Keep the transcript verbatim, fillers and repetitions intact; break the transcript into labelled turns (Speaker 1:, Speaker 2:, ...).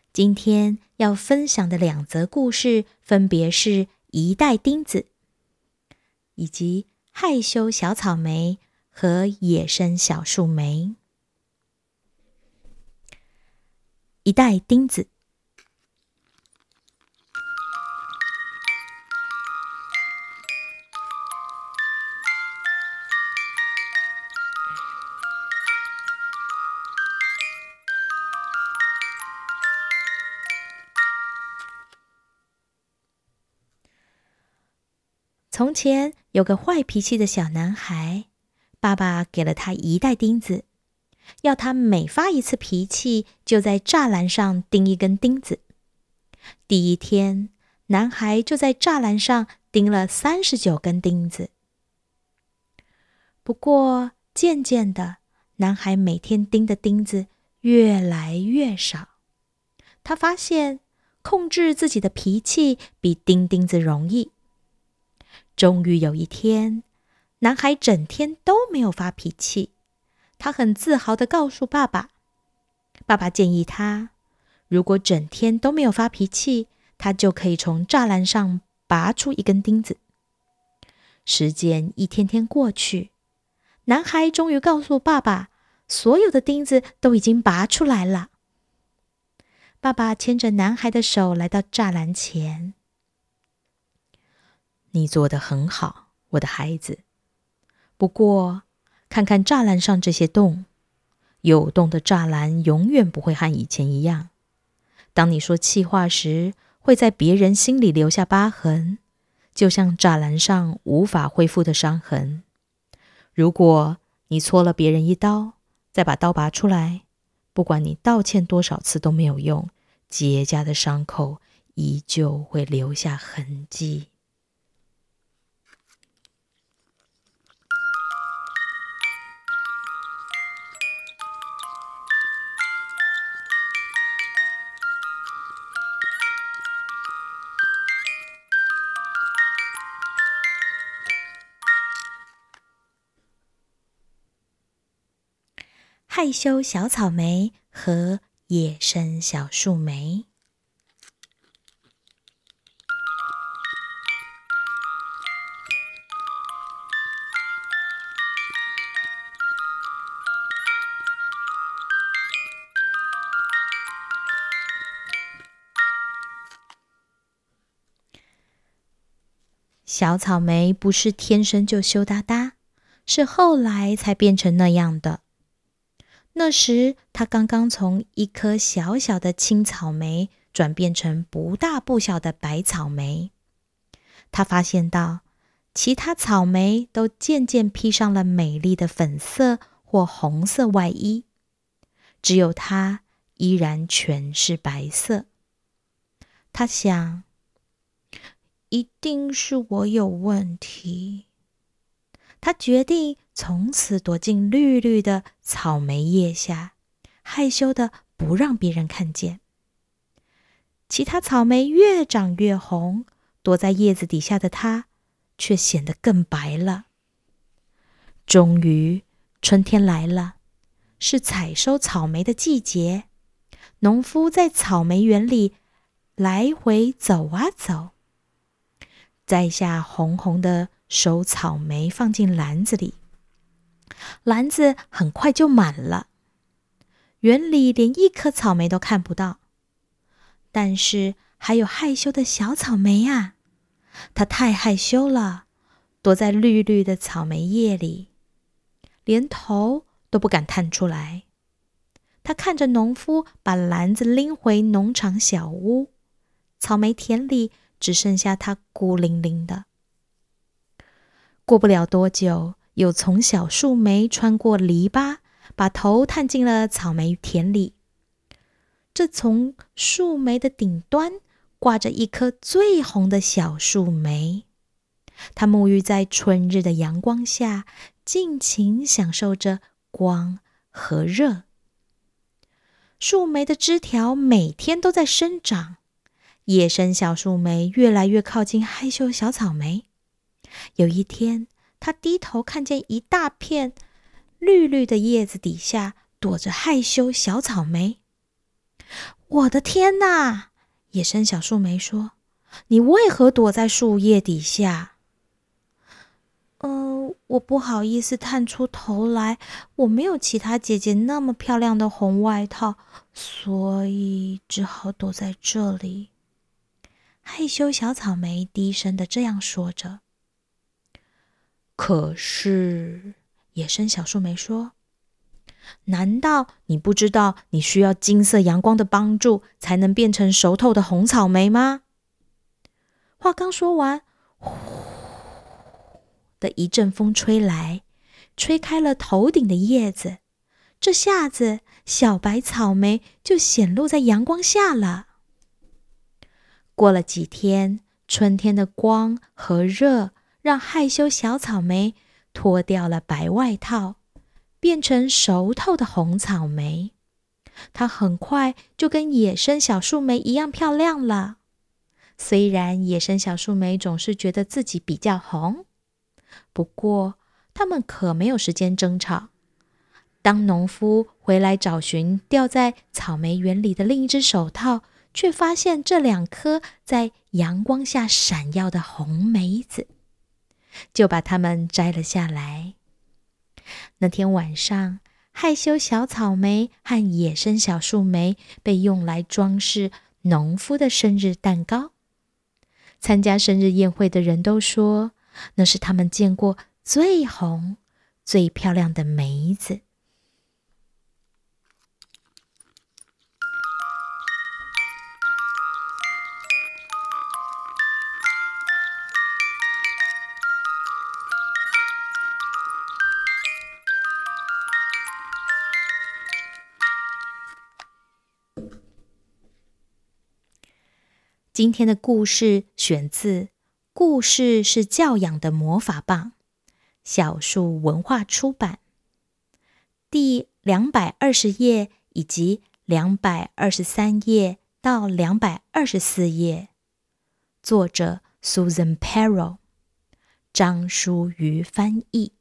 Speaker 1: 今天要分享的两则故事分别是一袋钉子，以及害羞小草莓和野生小树莓。一袋钉子。从前有个坏脾气的小男孩，爸爸给了他一袋钉子，要他每发一次脾气，就在栅栏上钉一根钉子。第一天，男孩就在栅栏上钉了三十九根钉子。不过，渐渐的，男孩每天钉的钉子越来越少。他发现，控制自己的脾气比钉钉子容易。终于有一天，男孩整天都没有发脾气。他很自豪地告诉爸爸，爸爸建议他，如果整天都没有发脾气，他就可以从栅栏上拔出一根钉子。时间一天天过去，男孩终于告诉爸爸，所有的钉子都已经拔出来了。爸爸牵着男孩的手来到栅栏前。你做得很好，我的孩子。不过，看看栅栏上这些洞，有洞的栅栏永远不会和以前一样。当你说气话时，会在别人心里留下疤痕，就像栅栏上无法恢复的伤痕。如果你戳了别人一刀，再把刀拔出来，不管你道歉多少次都没有用，结痂的伤口依旧会留下痕迹。害羞小草莓和野生小树莓。小草莓不是天生就羞答答，是后来才变成那样的。那时，他刚刚从一颗小小的青草莓转变成不大不小的白草莓。他发现到，其他草莓都渐渐披上了美丽的粉色或红色外衣，只有他依然全是白色。他想，一定是我有问题。他决定从此躲进绿绿的草莓叶下，害羞的不让别人看见。其他草莓越长越红，躲在叶子底下的它却显得更白了。终于，春天来了，是采收草莓的季节。农夫在草莓园里来回走啊走，摘下红红的收草莓放进篮子里，篮子很快就满了，园里连一颗草莓都看不到。但是还有害羞的小草莓啊，它太害羞了，躲在绿绿的草莓叶里，连头都不敢探出来。它看着农夫把篮子拎回农场小屋，草莓田里只剩下它孤零零的。过不了多久，有从小树莓穿过篱笆，把头探进了草莓田里。这从树莓的顶端挂着一颗最红的小树莓，它沐浴在春日的阳光下，尽情享受着光和热。树莓的枝条每天都在生长，野生小树莓越来越靠近害羞小草莓。有一天，他低头看见一大片绿绿的叶子底下躲着害羞小草莓。 我的天哪！野生小树莓说：“你为何躲在树叶底下？”呃，我不好意思探出头来，我没有其他姐姐那么漂亮的红外套，所以只好躲在这里。害羞小草莓低声的这样说着。可是，野生小树莓说：“难道你不知道你需要金色阳光的帮助，才能变成熟透的红草莓吗？”话刚说完，呼的一阵风吹来，吹开了头顶的叶子，这下子小白草莓就显露在阳光下了。过了几天，春天的光和热让害羞小草莓脱掉了白外套，变成熟透的红草莓。它很快就跟野生小树莓一样漂亮了。虽然野生小树莓总是觉得自己比较红，不过他们可没有时间争吵。当农夫回来找寻掉在草莓园里的另一只手套，却发现这两颗在阳光下闪耀的红梅子，就把它们摘了下来。那天晚上，害羞小草莓和野生小树莓被用来装饰农夫的生日蛋糕。参加生日宴会的人都说，那是他们见过最红、最漂亮的梅子。今天的故事选自《故事是教养的魔法棒》，小树文化出版，第两百二十页以及两百二十三页到两百二十四页，作者 Susan Perrow， 张淑瑜翻译。